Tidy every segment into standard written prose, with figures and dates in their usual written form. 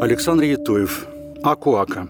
Александр Ятуев. Аку-Ака.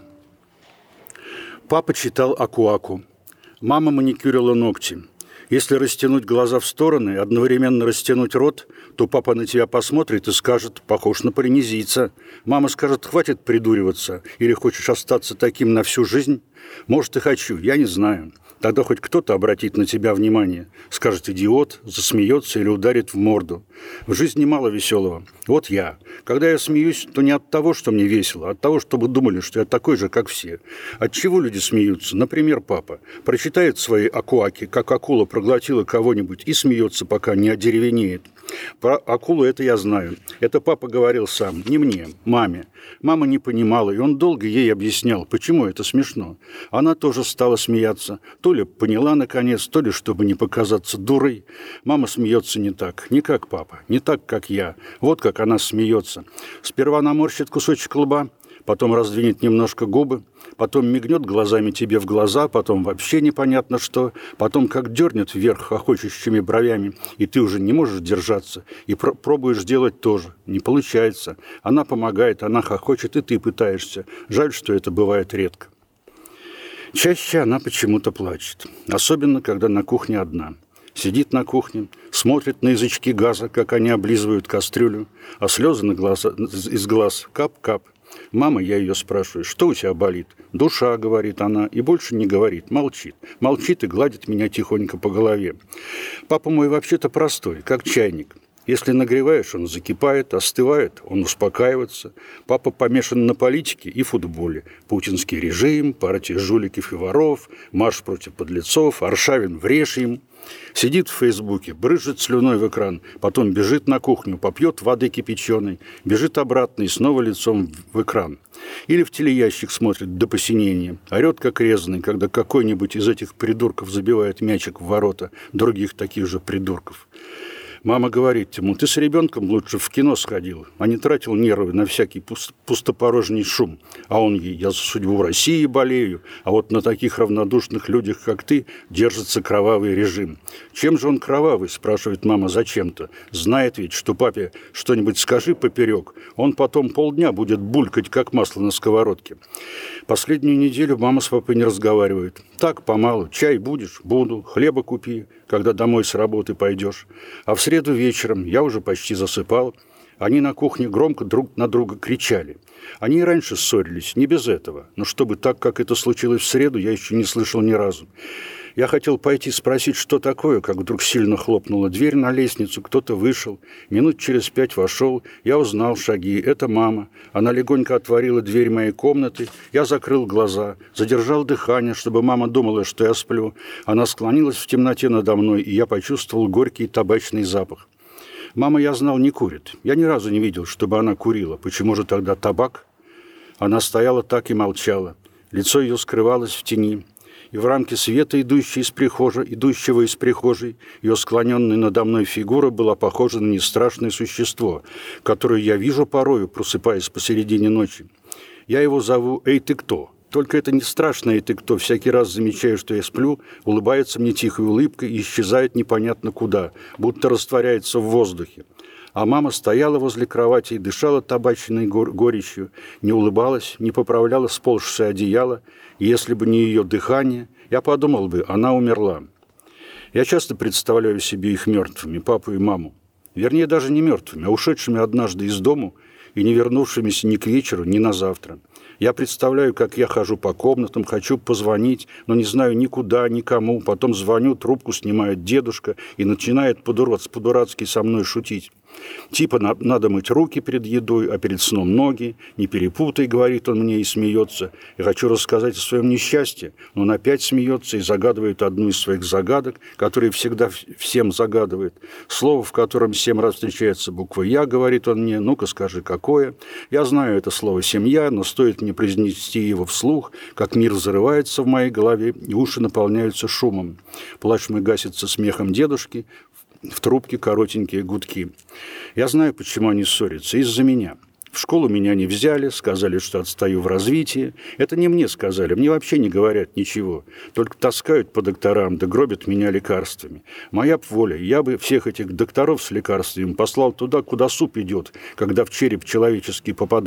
Папа читал Аку-Аку. Мама маникюрила ногти. Если растянуть глаза в стороны и одновременно растянуть рот, то папа на тебя посмотрит и скажет: похож на полинезийца. Мама скажет: хватит придуриваться, или хочешь остаться таким на всю жизнь? Может, и хочу, я не знаю. Тогда хоть кто-то обратит на тебя внимание, скажет идиот, засмеется или ударит в морду. В жизни мало веселого. Вот я. Когда я смеюсь, то не от того, что мне весело, а от того, чтобы думали, что я такой же, как все. От чего люди смеются? Например, папа прочитает свои Аку-Аки, как акула проглотила кого-нибудь, и смеется, пока не одеревенеет. Про акулу это я знаю. Это папа говорил сам, не мне, маме. Мама не понимала, и он долго ей объяснял, почему это смешно. Она тоже стала смеяться. То ли поняла наконец, то ли чтобы не показаться дурой. Мама смеется не так, не как папа, не так, как я. Вот как она смеется. Сперва наморщит кусочек лба, потом раздвинет немножко губы, потом мигнет глазами тебе в глаза, потом вообще непонятно что, потом как дернет вверх хохочущими бровями, и ты уже не можешь держаться, и пробуешь делать тоже. Не получается. Она помогает, она хохочет, и ты пытаешься. Жаль, что это бывает редко. Чаще она почему-то плачет, особенно когда на кухне одна. Сидит на кухне, смотрит на язычки газа, как они облизывают кастрюлю, а слезы из глаз кап-кап. Мама, я ее спрашиваю: что у тебя болит? Душа, говорит она, и больше не говорит, молчит. Молчит и гладит меня тихонько по голове. Папа мой вообще-то простой, как чайник. Если нагреваешь, он закипает, остывает, он успокаивается. Папа помешан на политике и футболе. Путинский режим, партия жуликов и воров, марш против подлецов, Аршавин врежь им. Сидит в Фейсбуке, брызжет слюной в экран, потом бежит на кухню, попьет воды кипяченой, бежит обратно и снова лицом в экран. Или в телеящик смотрит до посинения, орет как резаный, когда какой-нибудь из этих придурков забивает мячик в ворота других таких же придурков. Мама говорит ему: ты с ребенком лучше в кино сходил, а не тратил нервы на всякий пустопорожний шум. А он ей: я за судьбу России болею, а вот на таких равнодушных людях, как ты, держится кровавый режим. Чем же он кровавый, спрашивает мама зачем-то. Знает ведь, что папе что-нибудь скажи поперек, он потом полдня будет булькать, как масло на сковородке. Последнюю неделю мама с папой не разговаривает. Так, помалу: чай будешь? Буду. Хлеба купи, когда домой с работы пойдешь. А в среду вечером, я уже почти засыпал, они на кухне громко друг на друга кричали. Они и раньше ссорились, не без этого, но чтобы так, как это случилось в среду, я еще не слышал ни разу. Я хотел пойти спросить, что такое, как вдруг сильно хлопнула дверь на лестницу, кто-то вышел. Минут через 5 вошел, я узнал шаги. Это мама. Она легонько отворила дверь моей комнаты. Я закрыл глаза, задержал дыхание, чтобы мама думала, что я сплю. Она склонилась в темноте надо мной, и я почувствовал горький табачный запах. Мама, я знал, не курит. Я ни разу не видел, чтобы она курила. Почему же тогда табак? Она стояла так и молчала. Лицо ее скрывалось в тени. И в рамке света, идущего из прихожей, ее склоненная надо мной фигура была похожа на нестрашное существо, которое я вижу порою, просыпаясь посередине ночи. Я его зову «Эй, ты кто?». Только это не страшно «Эй, ты кто?». Всякий раз замечаю, что я сплю, улыбается мне тихой улыбкой и исчезает непонятно куда, будто растворяется в воздухе. А мама стояла возле кровати и дышала табачной горечью, не улыбалась, не поправляла сползшее одеяло, и если бы не ее дыхание, я подумал бы, она умерла. Я часто представляю себе их мертвыми, папу и маму. Вернее, даже не мертвыми, а ушедшими однажды из дому и не вернувшимися ни к вечеру, ни на завтра. Я представляю, как я хожу по комнатам, хочу позвонить, но не знаю никуда, никому. Потом звоню, трубку снимает дедушка и начинает по-дурацки со мной шутить. Типа надо мыть руки перед едой, а перед сном ноги. Не перепутай, говорит он мне и смеется. Я хочу рассказать о своем несчастье, но он опять смеется и загадывает одну из своих загадок, которые всегда всем загадывает. Слово, в котором 7 раз встречается буква «Я», говорит он мне, ну-ка скажи, какое. Я знаю это слово «семья», но стоит мне произнести его вслух, как мир взрывается в моей голове, и уши наполняются шумом. Плач мой гасится смехом дедушки, в трубке коротенькие гудки. Я знаю, почему они ссорятся. Из-за меня. В школу меня не взяли, сказали, что отстаю в развитии. Это не мне сказали, мне вообще не говорят ничего. Только таскают по докторам, да гробят меня лекарствами. Моя б воля, я бы всех этих докторов с лекарствами послал туда, куда суп идет, когда в череп человеческий попадает.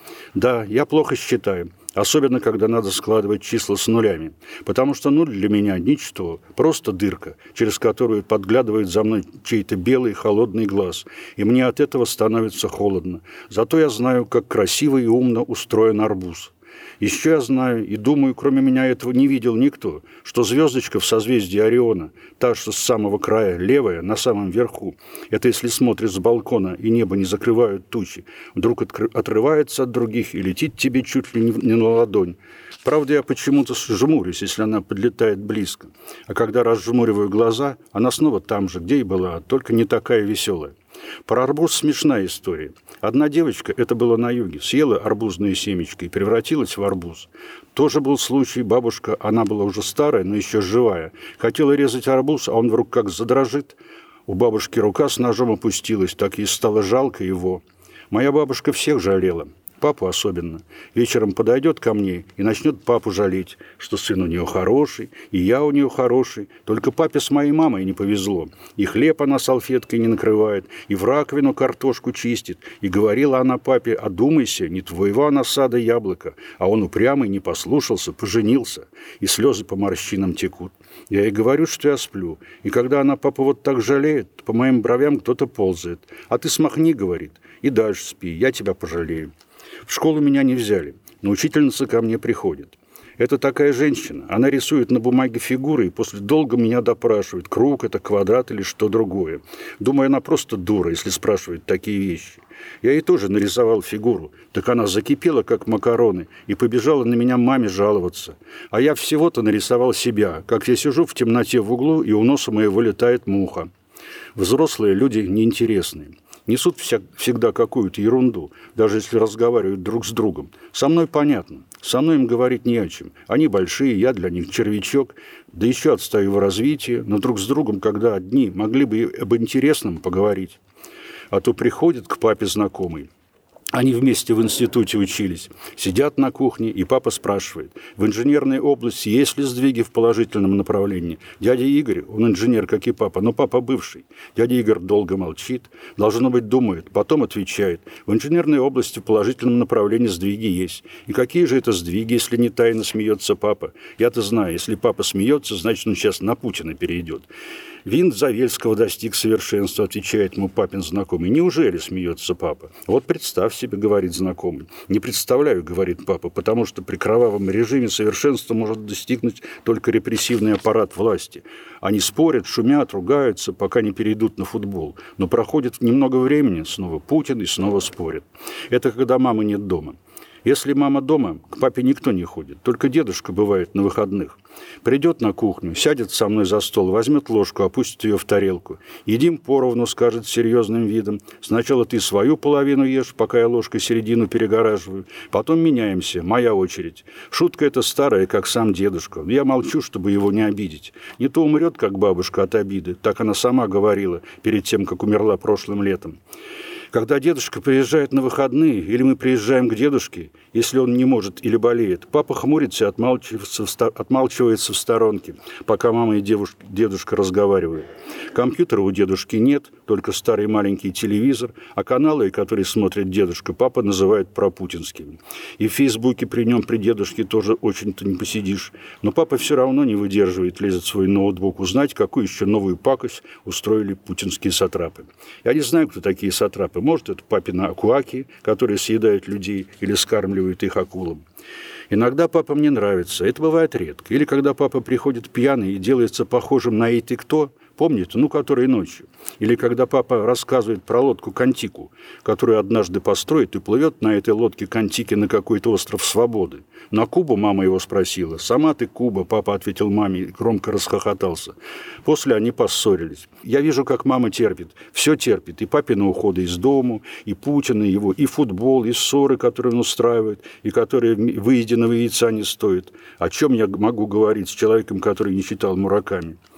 Да, я плохо считаю, особенно когда надо складывать числа с нулями, потому что нуль для меня ничто, просто дырка, через которую подглядывает за мной чей-то белый холодный глаз, и мне от этого становится холодно. Зато я знаю, как красиво и умно устроен арбуз. Еще я знаю и думаю, кроме меня этого не видел никто, что звездочка в созвездии Ориона, та, что с самого края, левая, на самом верху, это если смотришь с балкона и небо не закрывают тучи, вдруг отрывается от других и летит тебе чуть ли не на ладонь. Правда, я почему-то жмурюсь, если она подлетает близко, а когда разжмуриваю глаза, она снова там же, где и была, только не такая веселая. Про арбуз смешная история. Одна девочка, это было на юге, съела арбузные семечки и превратилась в арбуз. Тоже был случай, бабушка, она была уже старая, но еще живая, хотела резать арбуз, а он вдруг как задрожит. У бабушки рука с ножом опустилась, так ей стало жалко его. Моя бабушка всех жалела. Папу особенно. Вечером подойдет ко мне и начнет папу жалеть, что сын у нее хороший, и я у нее хороший. Только папе с моей мамой не повезло. И хлеб она салфеткой не накрывает, и в раковину картошку чистит. И говорила она папе: одумайся, не твоего она сада яблоко. А он упрямый, не послушался, поженился. И слезы по морщинам текут. Я ей говорю, что я сплю. И когда она папа вот так жалеет, по моим бровям кто-то ползает. А ты смахни, говорит, и дальше спи, я тебя пожалею. В школу меня не взяли, но учительница ко мне приходит. Это такая женщина. Она рисует на бумаге фигуры и после долга меня допрашивает, круг это, квадрат или что другое. Думаю, она просто дура, если спрашивает такие вещи. Я ей тоже нарисовал фигуру. Так она закипела, как макароны, и побежала на меня маме жаловаться. А я всего-то нарисовал себя, как я сижу в темноте в углу, и у носа моего летает муха. Взрослые люди неинтересные. Несут всегда какую-то ерунду, даже если разговаривают друг с другом. Со мной понятно. Со мной им говорить не о чем. Они большие, я для них червячок, да еще отстаю в развитии, но друг с другом, когда одни, могли бы об интересном поговорить. А то приходит к папе знакомый. Они вместе в институте учились, сидят на кухне, и папа спрашивает, в инженерной области есть ли сдвиги в положительном направлении? Дядя Игорь, он инженер, как и папа, но папа бывший. Дядя Игорь долго молчит, должно быть, думает, потом отвечает, в инженерной области в положительном направлении сдвиги есть. И какие же это сдвиги, если не тайно смеется папа? Я-то знаю, если папа смеется, значит, он сейчас на Путина перейдет. Винт Завельского достиг совершенства, отвечает ему папин знакомый. Неужели, смеется папа? Вот представь себе, говорит знакомый. Не представляю, говорит папа, потому что при кровавом режиме совершенства может достигнуть только репрессивный аппарат власти. Они спорят, шумят, ругаются, пока не перейдут на футбол. Но проходит немного времени, снова Путин и снова спорят. Это когда мамы нет дома. Если мама дома, к папе никто не ходит, только дедушка бывает на выходных. Придет на кухню, сядет со мной за стол, возьмет ложку, опустит ее в тарелку. Едим поровну, скажет с серьезным видом. Сначала ты свою половину ешь, пока я ложкой середину перегораживаю. Потом меняемся, моя очередь. Шутка эта старая, как сам дедушка. Я молчу, чтобы его не обидеть. Не то умрет, как бабушка, от обиды. Так она сама говорила перед тем, как умерла прошлым летом. Когда дедушка приезжает на выходные, или мы приезжаем к дедушке, если он не может или болеет, папа хмурится и отмалчивается в сторонке, пока мама и дедушка разговаривают. Компьютера у дедушки нет, только старый маленький телевизор, а каналы, которые смотрит дедушка, папа называет пропутинскими. И в Фейсбуке при нем, при дедушке, тоже очень-то не посидишь. Но папа все равно не выдерживает, лезет в свой ноутбук узнать, какую еще новую пакость устроили путинские сатрапы. Я не знаю, кто такие сатрапы. Может, это папины акуаки, которые съедают людей или скармливают их акулам. Иногда папа мне нравится, это бывает редко. Или когда папа приходит пьяный и делается похожим на «Эй, ты кто?», помните, который ночью. Или когда папа рассказывает про лодку Контику, которую однажды построит и плывет на этой лодке Контики на какой-то остров свободы. На Кубу мама его спросила. «Сама ты Куба», папа ответил маме и громко расхохотался. После они поссорились. Я вижу, как мама терпит. Все терпит. И папины уходы из дому, и Путина его, и футбол, и ссоры, которые он устраивает, и которые выеденного яйца не стоят. О чем я могу говорить с человеком, который не читал Мураками?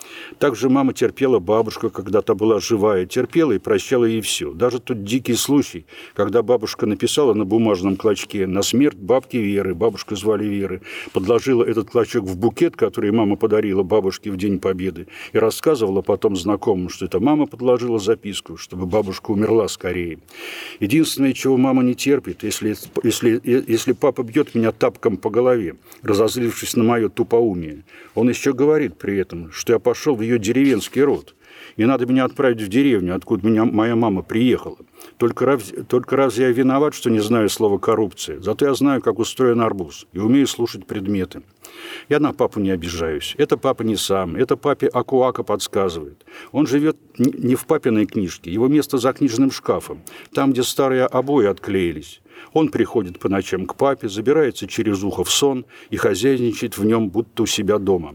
Также мама терпела бабушку, когда та была живая, терпела и прощала ей все. Даже тот дикий случай, когда бабушка написала на бумажном клочке «На смерть бабки Веры», бабушку звали Веры, подложила этот клочок в букет, который мама подарила бабушке в День Победы, и рассказывала потом знакомым, что это мама подложила записку, чтобы бабушка умерла скорее. Единственное, чего мама не терпит, если папа бьет меня тапком по голове, разозлившись на мое тупоумие, он еще говорит при этом, что я пошел в ее деревенский род, и надо меня отправить в деревню, откуда моя мама приехала. Только разве я виноват, что не знаю слова «коррупция»? Зато я знаю, как устроен арбуз, и умею слушать предметы. Я на папу не обижаюсь. Это папа не сам, это папе Акуака подсказывает. Он живет не в папиной книжке, его место за книжным шкафом, там, где старые обои отклеились. Он приходит по ночам к папе, забирается через ухо в сон и хозяйничает в нем, будто у себя дома.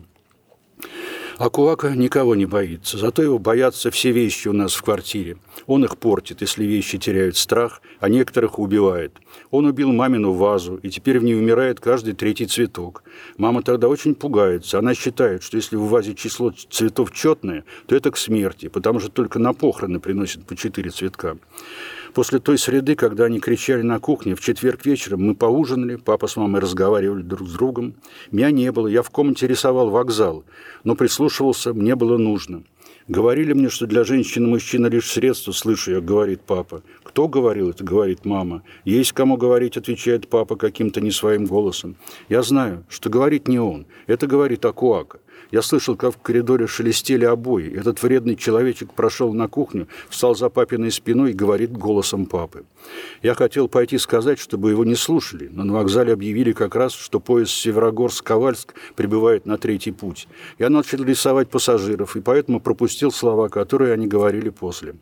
Акуака никого не боится, зато его боятся все вещи у нас в квартире. Он их портит, если вещи теряют страх, а некоторых убивает. Он убил мамину вазу, и теперь в ней умирает каждый третий цветок. Мама тогда очень пугается. Она считает, что если в вазе число цветов четное, то это к смерти, потому что только на похороны приносят по 4 цветка. После той среды, когда они кричали на кухне, в четверг вечером мы поужинали, папа с мамой разговаривали друг с другом. Меня не было, я в комнате рисовал вокзал, но прислушивался, мне было нужно. Говорили мне, что для женщины мужчина лишь средство, слышу я, говорит папа. Кто говорил это, говорит мама. Есть кому говорить, отвечает папа каким-то не своим голосом. Я знаю, что говорит не он, это говорит Акуака. Я слышал, как в коридоре шелестели обои. Этот вредный человечек прошел на кухню, встал за папиной спиной и говорит голосом папы. Я хотел пойти сказать, чтобы его не слушали, но на вокзале объявили как раз, что поезд Северогорск-Ковальск прибывает на 3-й путь. Я начал рисовать пассажиров, и поэтому пропустил слова, которые они говорили после.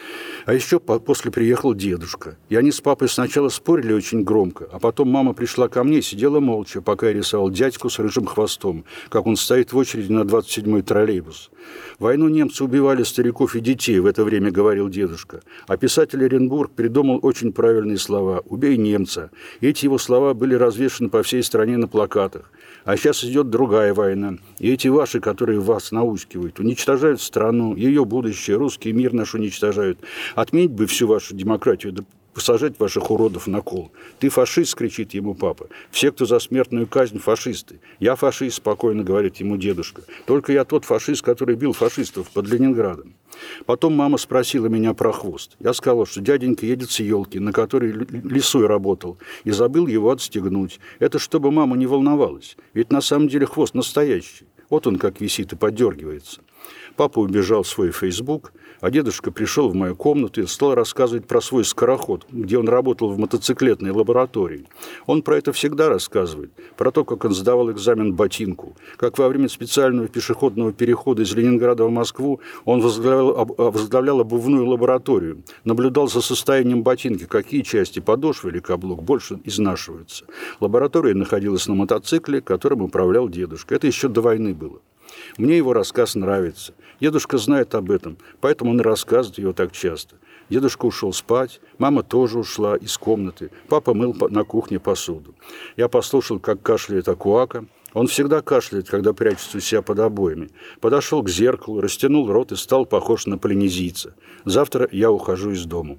А еще после приехал дедушка. И они с папой сначала спорили очень громко, а потом мама пришла ко мне и сидела молча, пока я рисовал дядьку с рыжим хвостом, как он стоит в очереди на 27-й троллейбус. В войну немцы убивали стариков и детей, в это время говорил дедушка. А писатель Оренбург придумал очень правильные слова «убей немца». И эти его слова были развешаны по всей стране на плакатах. А сейчас идет другая война. И эти ваши, которые вас наускивают, уничтожают страну, ее будущее, русский мир наш уничтожают. Отменить бы всю вашу демократию, да посажать ваших уродов на кол. Ты фашист, кричит ему папа. Все, кто за смертную казнь, фашисты. Я фашист, спокойно говорит ему дедушка. Только я тот фашист, который бил фашистов под Ленинградом. Потом мама спросила меня про хвост. Я сказал, что дяденька едет с елки, на которой лисой работал, и забыл его отстегнуть. Это чтобы мама не волновалась. Ведь на самом деле хвост настоящий. Вот он как висит и поддергивается. Папа убежал в свой Facebook, а дедушка пришел в мою комнату и стал рассказывать про свой скороход, где он работал в мотоциклетной лаборатории. Он про это всегда рассказывает, про то, как он сдавал экзамен ботинку, как во время специального пешеходного перехода из Ленинграда в Москву он возглавлял обувную лабораторию, наблюдал за состоянием ботинки, какие части, подошвы или каблук, больше изнашиваются. Лаборатория находилась на мотоцикле, которым управлял дедушка. Это еще до войны было. Мне его рассказ нравится. Дедушка знает об этом, поэтому он и рассказывает его так часто. Дедушка ушел спать, мама тоже ушла из комнаты, папа мыл на кухне посуду. Я послушал, как кашляет Акуака. Он всегда кашляет, когда прячется у себя под обоями. Подошел к зеркалу, растянул рот и стал похож на полинезийца. Завтра я ухожу из дома.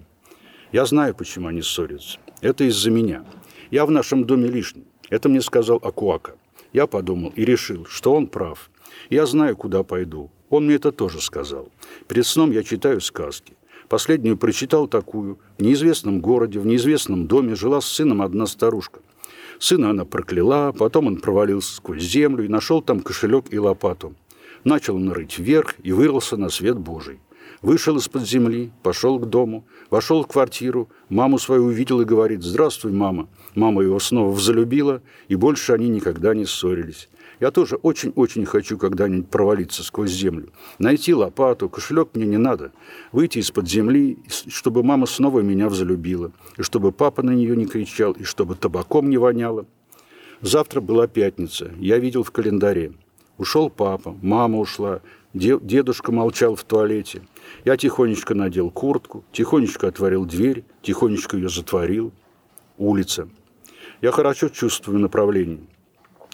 Я знаю, почему они ссорятся. Это из-за меня. Я в нашем доме лишний. Это мне сказал Акуака. Я подумал и решил, что он прав. Я знаю, куда пойду. Он мне это тоже сказал. Перед сном я читаю сказки. Последнюю прочитал такую. В неизвестном городе, в неизвестном доме жила с сыном одна старушка. Сына она прокляла, потом он провалился сквозь землю и нашел там кошелек и лопату. Начал он рыть вверх и вырвался на свет Божий. Вышел из-под земли, пошел к дому, вошел в квартиру, маму свою увидел и говорит: «Здравствуй, мама». Мама его снова взлюбила, и больше они никогда не ссорились. Я тоже очень-очень хочу когда-нибудь провалиться сквозь землю. Найти лопату, кошелек мне не надо. Выйти из-под земли, чтобы мама снова меня взлюбила. И чтобы папа на нее не кричал, и чтобы табаком не воняло. Завтра была пятница. Я видел в календаре. Ушел папа, мама ушла, дедушка молчал в туалете. Я тихонечко надел куртку, тихонечко отворил дверь, тихонечко ее затворил. Улица. Я хорошо чувствую направление.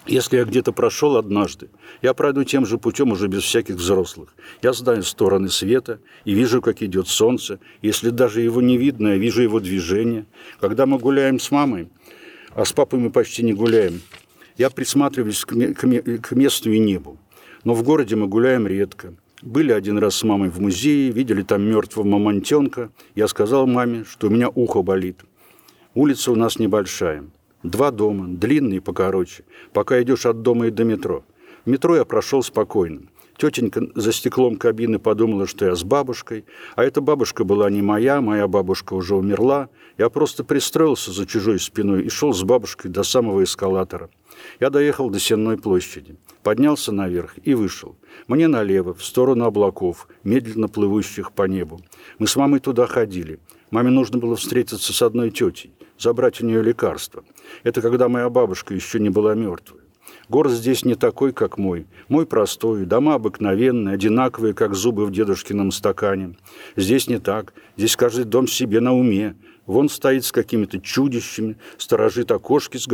Если я где-то прошел однажды, я пройду тем же путем уже без всяких взрослых. Я знаю стороны света и вижу, как идет солнце. Если даже его не видно, я вижу его движение. Когда мы гуляем с мамой, а с папой мы почти не гуляем, я присматриваюсь к месту и небу. Но в городе мы гуляем редко. Были один раз с мамой в музее, видели там мертвого мамонтенка. Я сказал маме, что у меня ухо болит. Улица у нас небольшая. 2 дома, длинные и покороче, пока идешь от дома и до метро. В метро я прошел спокойно. Тетенька за стеклом кабины подумала, что я с бабушкой, а эта бабушка была не моя бабушка уже умерла. Я просто пристроился за чужой спиной и шел с бабушкой до самого эскалатора. Я доехал до Сенной площади, поднялся наверх и вышел. Мне налево, в сторону облаков, медленно плывущих по небу. Мы с мамой туда ходили. Маме нужно было встретиться с одной тетей, забрать у нее лекарства. Это когда моя бабушка еще не была мертвой. Город здесь не такой, как мой. Мой простой, дома обыкновенные, одинаковые, как зубы в дедушкином стакане. Здесь не так. Здесь каждый дом себе на уме. Вон стоит с какими-то чудищами, сторожит окошки с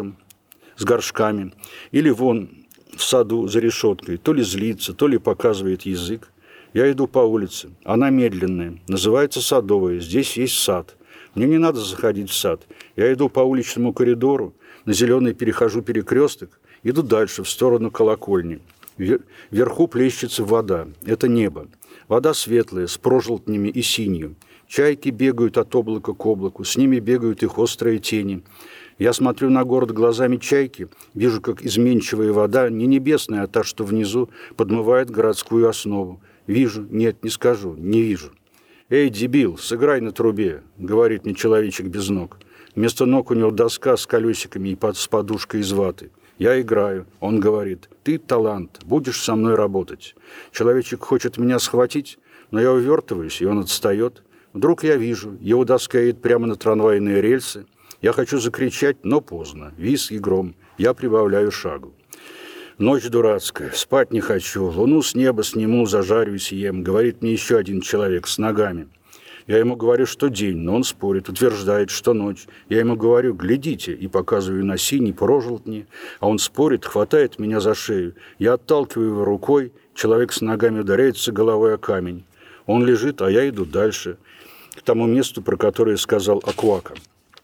горшками. Или вон в саду за решеткой то ли злится, то ли показывает язык. Я иду по улице. Она медленная. Называется Садовая. Здесь есть сад. Мне не надо заходить в сад. Я иду по уличному коридору. На зеленый перехожу перекресток. Иду дальше, в сторону колокольни. Вверху плещется вода. Это небо. Вода светлая, с прожелтнями и синью. Чайки бегают от облака к облаку. С ними бегают их острые тени. Я смотрю на город глазами чайки, вижу, как изменчивая вода, не небесная, а та, что внизу, подмывает городскую основу. Вижу, нет, не скажу, не вижу. «Эй, дебил, сыграй на трубе», — говорит мне человечек без ног. Вместо ног у него доска с колесиками и с подушкой из ваты. Я играю. Он говорит: «Ты талант, будешь со мной работать». Человечек хочет меня схватить, но я увертываюсь, и он отстает. Вдруг я вижу, его доска едет прямо на трамвайные рельсы. Я хочу закричать, но поздно. Визг и гром. Я прибавляю шагу. Ночь дурацкая, спать не хочу. Луну с неба сниму, зажарюсь и ем. Говорит мне еще один человек с ногами. Я ему говорю, что день, но он спорит, утверждает, что ночь. Я ему говорю: глядите, и показываю на синий прожелтни. А он спорит, хватает меня за шею. Я отталкиваю его рукой. Человек с ногами ударяется головой о камень. Он лежит, а я иду дальше, к тому месту, про которое сказал Акуака.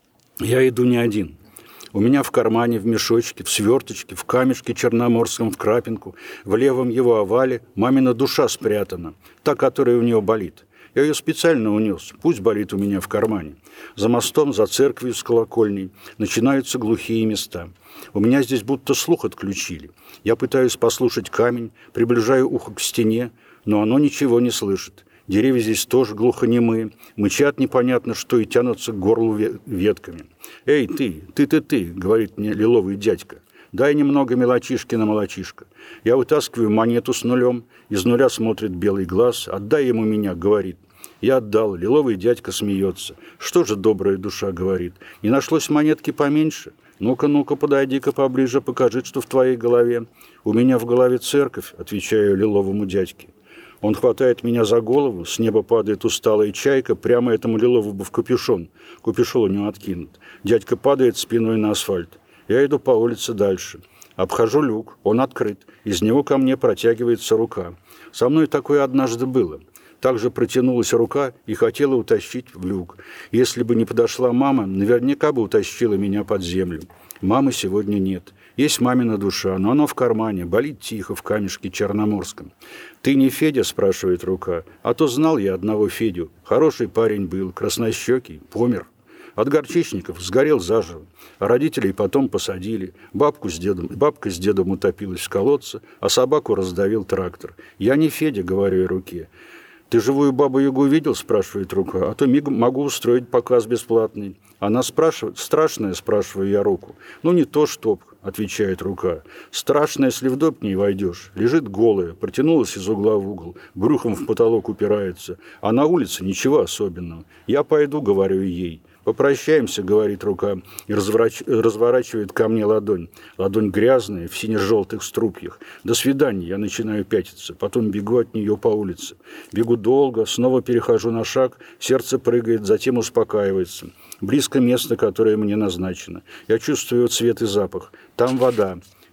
Я иду не один. У меня в кармане, в мешочке, в сверточке, в камешке черноморском, в крапинку, в левом его овале мамина душа спрятана, та, которая у нее болит. Я ее специально унес, пусть болит у меня в кармане. За мостом, за церковью с колокольней начинаются глухие места. У меня здесь будто слух отключили. Я пытаюсь послушать камень, приближаю ухо к стене, но оно ничего не слышит. Деревья здесь тоже глухонемые, мычат непонятно что и тянутся к горлу ветками. «Эй, ты!» — говорит мне лиловый дядька. «Дай немного мелочишки на молочишко». Я вытаскиваю монету с нулем, из нуля смотрит белый глаз. «Отдай ему меня», — говорит. Я отдал, лиловый дядька смеется. «Что же добрая душа», — говорит, — «не нашлось монетки поменьше? Ну-ка, подойди-ка поближе, покажи, что в твоей голове». «У меня в голове церковь», — отвечаю лиловому дядьке. Он хватает меня за голову, с неба падает усталая чайка, прямо этому лиловому в капюшон. Капюшон у него откинут. Дядька падает спиной на асфальт. Я иду по улице дальше. Обхожу люк, он открыт. Из него ко мне протягивается рука. Со мной такое однажды было. Также протянулась рука и хотела утащить в люк. Если бы не подошла мама, наверняка бы утащила меня под землю. Мамы сегодня нет. Есть мамина душа, но она в кармане, болит тихо в камешке черноморском. «Ты не Федя?» – спрашивает рука. «А то знал я одного Федю. Хороший парень был, краснощекий, помер. От горчичников сгорел заживо. А родителей потом посадили. Бабка с дедом утопилась в колодце, а собаку раздавил трактор. Я не Федя», – говорю я руке. «Ты живую бабу-ягу видел?» – спрашивает рука. «А то могу устроить показ бесплатный». Она спрашивает, страшная, спрашиваю я руку. «Ну не то чтоб», – отвечает рука. «Страшно, если в дом не войдешь. Лежит голая, протянулась из угла в угол, брюхом в потолок упирается. А на улице ничего особенного. Я пойду», – говорю ей. «Попрощаемся», — говорит рука, и разворачивает ко мне ладонь. Ладонь грязная, в сине-желтых струпьях. «До свидания», я начинаю пятиться, потом бегу от нее по улице. Бегу долго, снова перехожу на шаг, сердце прыгает, затем успокаивается. Близко место, которое мне назначено. Я чувствую цвет и запах. Там вода.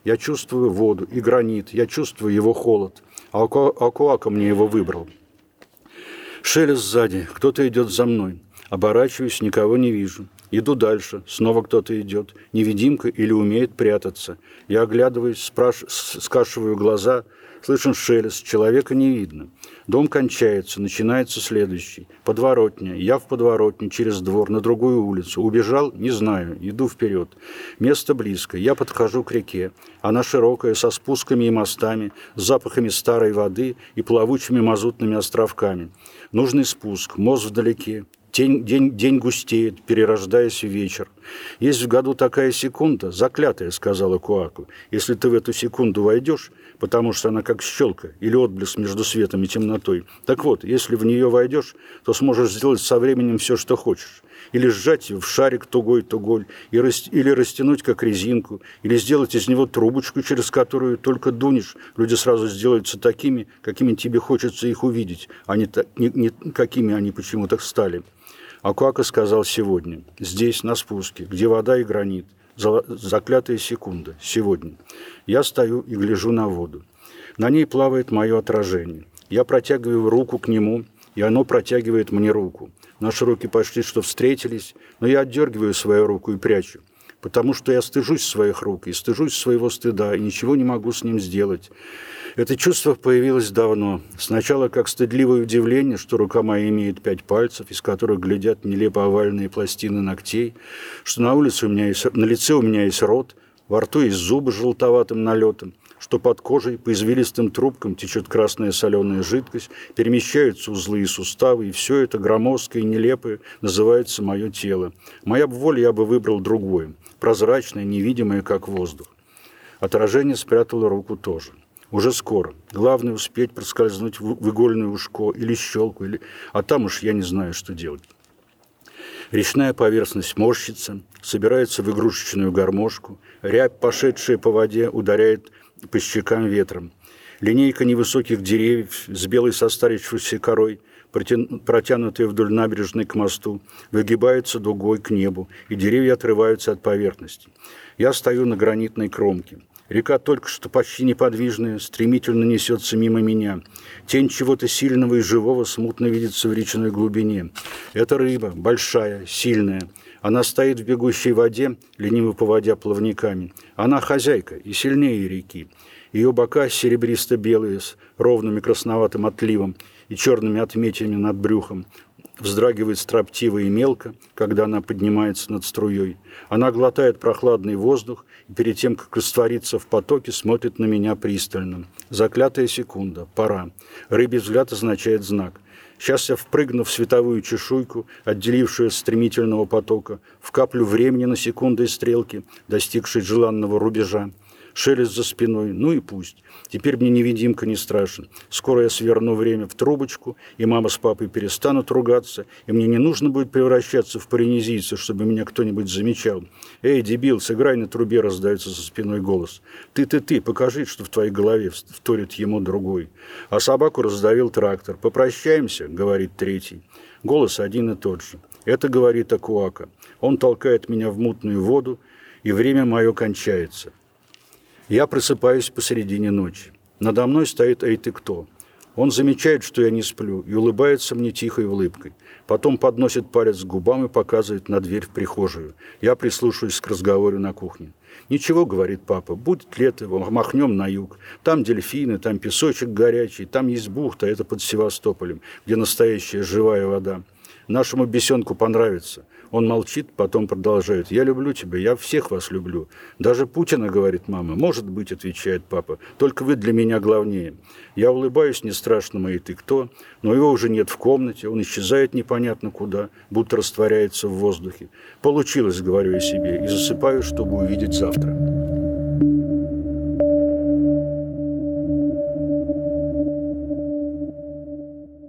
Я чувствую воду и гранит, я чувствую его холод. А Акуака мне его выбрал. Шелест сзади, кто-то идет за мной. Оборачиваюсь, никого не вижу. Иду дальше, снова кто-то идет. Невидимка или умеет прятаться. Я оглядываюсь, скашиваю глаза. Слышен шелест, человека не видно. Дом кончается, начинается следующий. Подворотня. Я в подворотне, через двор, на другую улицу. Убежал? Не знаю. Иду вперед. Место близко. Я подхожу к реке. Она широкая, со спусками и мостами, с запахами старой воды и плавучими мазутными островками. Нужный спуск, мост вдалеке. День густеет, перерождаясь в вечер. Есть в году такая секунда, заклятая, сказала Куаку. Если ты в эту секунду войдешь, потому что она как щелка или отблеск между светом и темнотой. Так вот, если в нее войдешь, то сможешь сделать со временем все, что хочешь. Или сжать ее в шарик тугой-тугой, или растянуть как резинку, или сделать из него трубочку, через которую только дунешь. Люди сразу сделаются такими, какими тебе хочется их увидеть, а не какими они почему-то стали. Акуака сказал сегодня, здесь, на спуске, где вода и гранит, заклятая секунда, сегодня. Я стою и гляжу на воду. На ней плавает мое отражение. Я протягиваю руку к нему, и оно протягивает мне руку. Наши руки почти что встретились, но я отдергиваю свою руку и прячу, потому что я стыжусь своих рук и стыжусь своего стыда, и ничего не могу с ним сделать. Это чувство появилось давно. Сначала как стыдливое удивление, что рука моя имеет 5 пальцев, из которых глядят нелепо овальные пластины ногтей, что на лице у меня есть рот, во рту есть зубы с желтоватым налетом, что под кожей по извилистым трубкам течет красная соленая жидкость, перемещаются узлы и суставы, и все это громоздкое и нелепое называется мое тело. Моя бы воля, я бы выбрал другое, прозрачное, невидимое, как воздух. Отражение спрятало руку тоже. Уже скоро. Главное успеть проскользнуть в игольное ушко или щелку, а там уж я не знаю, что делать. Речная поверхность морщится, собирается в игрушечную гармошку, рябь, пошедшая по воде, ударяет по щекам ветром. Линейка невысоких деревьев с белой состарившейся корой, протянутые вдоль набережной к мосту, выгибаются дугой к небу, и деревья отрываются от поверхности. Я стою на гранитной кромке. Река, только что почти неподвижная, стремительно несется мимо меня. Тень чего-то сильного и живого смутно видится в речной глубине. Это рыба, большая, сильная. Она стоит в бегущей воде, лениво поводя плавниками. Она хозяйка и сильнее реки. Ее бока серебристо-белые, с ровным и красноватым отливом и черными отметинами над брюхом. Вздрагивает строптиво и мелко, когда она поднимается над струей. Она глотает прохладный воздух и перед тем, как раствориться в потоке, смотрит на меня пристально. Заклятая секунда. Пора. Рыбий взгляд означает знак. Сейчас я впрыгну в световую чешуйку, отделившую от стремительного потока, в каплю времени на секунды и стрелки, достигшей желанного рубежа. Шелест за спиной, ну и пусть. Теперь мне невидимка не страшен. Скоро я сверну время в трубочку, и мама с папой перестанут ругаться, и мне не нужно будет превращаться в паринезийца, чтобы меня кто-нибудь замечал. «Эй, дебил, сыграй на трубе», — раздается за спиной голос. «Ты, покажи, что в твоей голове», — вторит ему другой. А собаку раздавил трактор. «Попрощаемся», — говорит третий. Голос один и тот же. Это говорит Акуака. Он толкает меня в мутную воду, и время мое кончается. Я просыпаюсь посередине ночи. Надо мной стоит «Эй, ты кто?». Он замечает, что я не сплю, и улыбается мне тихой улыбкой. Потом подносит палец к губам и показывает на дверь в прихожую. Я прислушиваюсь к разговору на кухне. «Ничего, — говорит папа, — будет лето, махнем на юг. Там дельфины, там песочек горячий, там есть бухта, это под Севастополем, где настоящая живая вода. Нашему бесенку понравится». Он молчит, потом продолжает. «Я люблю тебя, я всех вас люблю. Даже Путина, — говорит мама. «Может быть, — отвечает папа, — только вы для меня главнее». Я улыбаюсь не страшному «И ты кто?», но его уже нет в комнате, он исчезает непонятно куда, будто растворяется в воздухе. «Получилось, — говорю я себе, — и засыпаю, чтобы увидеть завтра».